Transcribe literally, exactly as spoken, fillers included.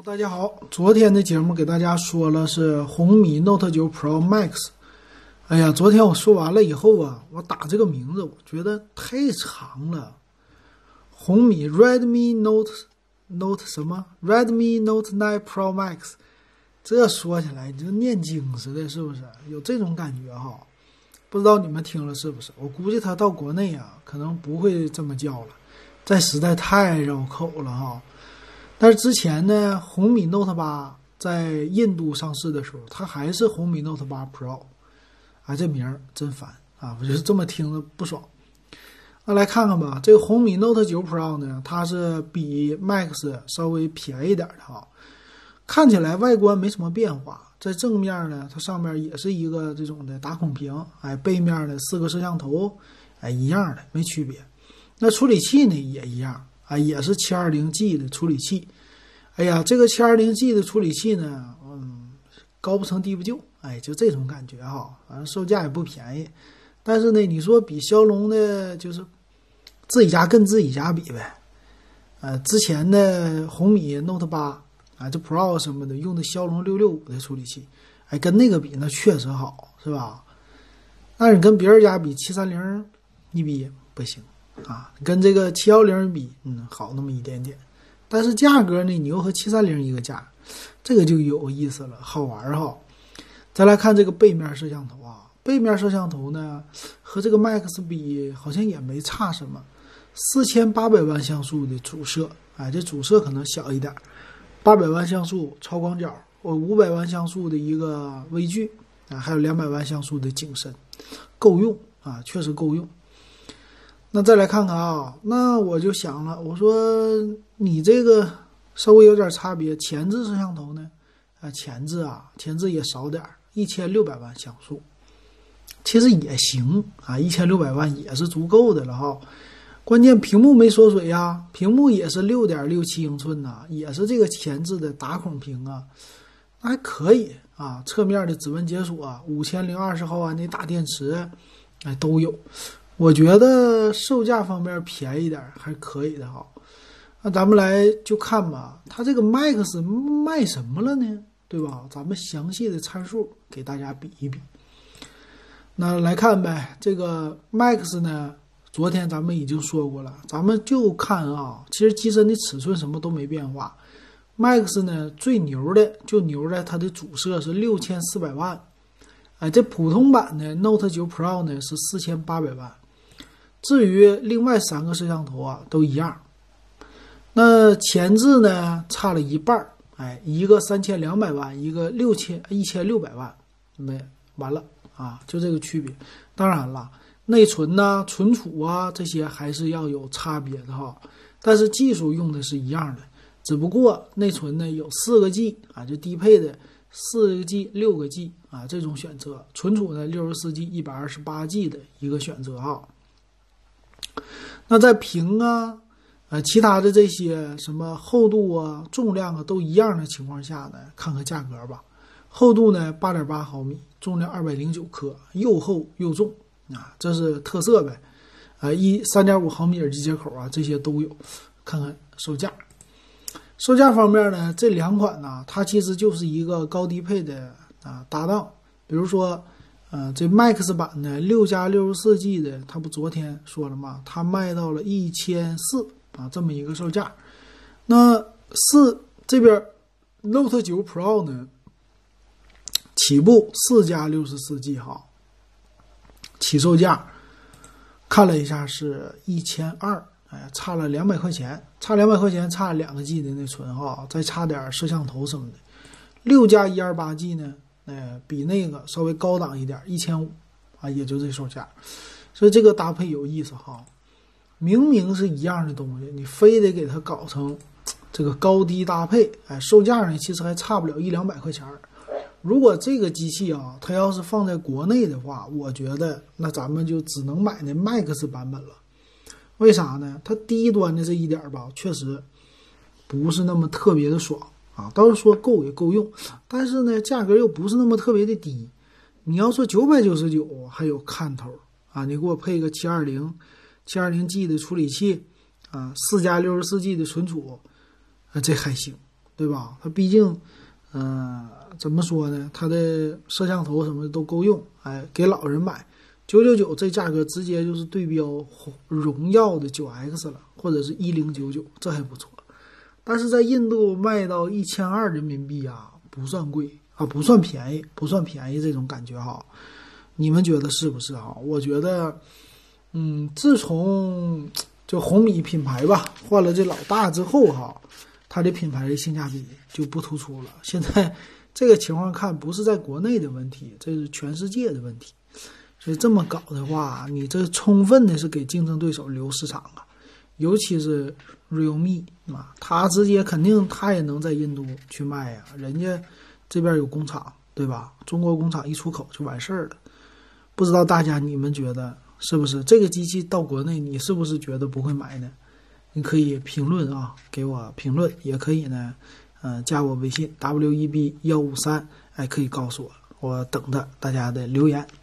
大家好，昨天的节目给大家说了是红米 Note 九 Pro Max。哎呀，昨天我说完了以后啊，我打这个名字我觉得太长了。红米 Redmi Note Note 什么 Redmi Note 九 Pro Max， 这说起来就念经似的，是不是？有这种感觉哈？不知道你们听了是不是？我估计它到国内啊，可能不会这么叫了，这实在太绕口了哈。但是之前呢，红米 Note 八在印度上市的时候，它还是红米 Note 八 Pro， 啊，这名儿真烦啊！我就是这么听着不爽。那来看看吧，这个红米 Note 九 Pro 呢，它是比 Max 稍微便宜点的哈，看起来外观没什么变化。在正面呢，它上面也是一个这种的打孔屏，哎，背面的四个摄像头，哎，一样的，没区别。那处理器呢也一样。啊，也是 七二零 G 的处理器。哎呀，这个 七二零 G 的处理器呢，嗯，高不成低不就，哎，就这种感觉哈。反正售价也不便宜，但是呢，你说比骁龙的，就是自己家跟自己家比呗。呃，之前的红米 Note 八啊，这 Pro 什么的用的骁龙六六五的处理器，哎，跟那个比那确实好，是吧？但是你跟别人家比七三零一比不行。啊，跟这个七一零比，嗯，好那么一点点，但是价格呢，你又和七三零一个价，这个就有意思了，好玩哈。再来看这个背面摄像头啊，背面摄像头呢和这个 Max 比，好像也没差什么，四千八百万像素的主摄，哎，这主摄可能小一点，八百万像素超广角，我五百万像素的一个微距啊，还有两百万像素的景深，够用啊，确实够用。那再来看看啊，那我就想了，我说你这个稍微有点差别，前置摄像头呢？啊，前置啊，前置也少点，一千六百万像素，其实也行啊，一千六百万也是足够的了哈。关键屏幕没缩水呀，屏幕也是六点六七英寸呐，也是这个前置的打孔屏啊，那还可以啊。侧面的指纹解锁，五千零二十毫安的大电池，哎，都有。我觉得售价方面便宜点还可以的哈，那咱们来就看吧，它这个 Max 卖什么了呢？对吧？咱们详细的参数给大家比一比。那来看呗，这个 Max 呢，昨天咱们已经说过了，咱们就看啊，其实机身的尺寸什么都没变化。Max 呢最牛的就牛在它的主摄是六千四百万，哎，这普通版的 Note 九 Pro 呢是四千八百万。至于另外三个摄像头啊，都一样。那前置呢，差了一半，哎，一个三千两百万，一个六千一千六百万，没完了啊，就这个区别。当然了，内存呐、存储啊这些还是要有差别的哈，但是技术用的是一样的，只不过内存呢有四个 G 啊，就低配的四个 G、六个 G 啊这种选择，存储呢六十四 G、一百二十八 G 的一个选择哈。那在屏啊，呃，其他的这些什么厚度啊、重量啊都一样的情况下呢，看看价格吧。厚度呢 八点八毫米，重量二百零九克，又厚又重啊，这是特色呗。呃，一 三点五毫米耳机接口啊，这些都有。看看售价，售价方面呢，这两款呢，它其实就是一个高低配的啊搭档，比如说。呃，这 Max 版的六加六十四 G 的，它不昨天说了吗？它卖到了一千四啊，这么一个售价。那四这边 Note 九 Pro 呢，起步四加六十四 G 哈，起售价看了一下是一千二，哎，差了两百块钱，差两百块钱，差两个 G 的内存哈，再差点摄像头什么的。六加一二八 G 呢？呃，比那个稍微高档一点，一千五啊，也就这售价，所以这个搭配有意思哈。明明是一样的东西，你非得给它搞成这个高低搭配，哎，售价呢其实还差不了一两百块钱。如果这个机器啊，它要是放在国内的话，我觉得那咱们就只能买那 Max 版本了。为啥呢？它低端的这一点吧，确实不是那么特别的爽。啊，倒是说够也够用，但是呢，价格又不是那么特别的低。你要说九百九十九还有看头啊，你给我配个七二零、七二零 G 的处理器啊，四加六十四 G 的存储啊，这还行。 对吧？它毕竟，嗯、呃，怎么说呢？它的摄像头什么的都够用，哎，给老人买，九九九这价格直接就是对标荣耀的九 X 了，或者是一零九九，这还不错。但是在印度卖到一千二人民币啊，不算贵啊，不算便宜，不算便宜这种感觉哈。你们觉得是不是哈？我觉得，嗯，自从就红米品牌吧换了这老大之后哈，它的品牌的性价比就不突出了。现在这个情况看，不是在国内的问题，这是全世界的问题。所以这么搞的话，你这充分的是给竞争对手留市场啊，尤其是 Realme 嘛，它直接肯定它也能在印度去卖呀，人家这边有工厂，对吧？中国工厂一出口就完事儿了。不知道大家你们觉得是不是这个机器到国内，你是不是觉得不会买呢？你可以评论啊，给我评论，也可以呢，呃，加我微信 W E B 一五三，哎，可以告诉我，我等着大家的留言。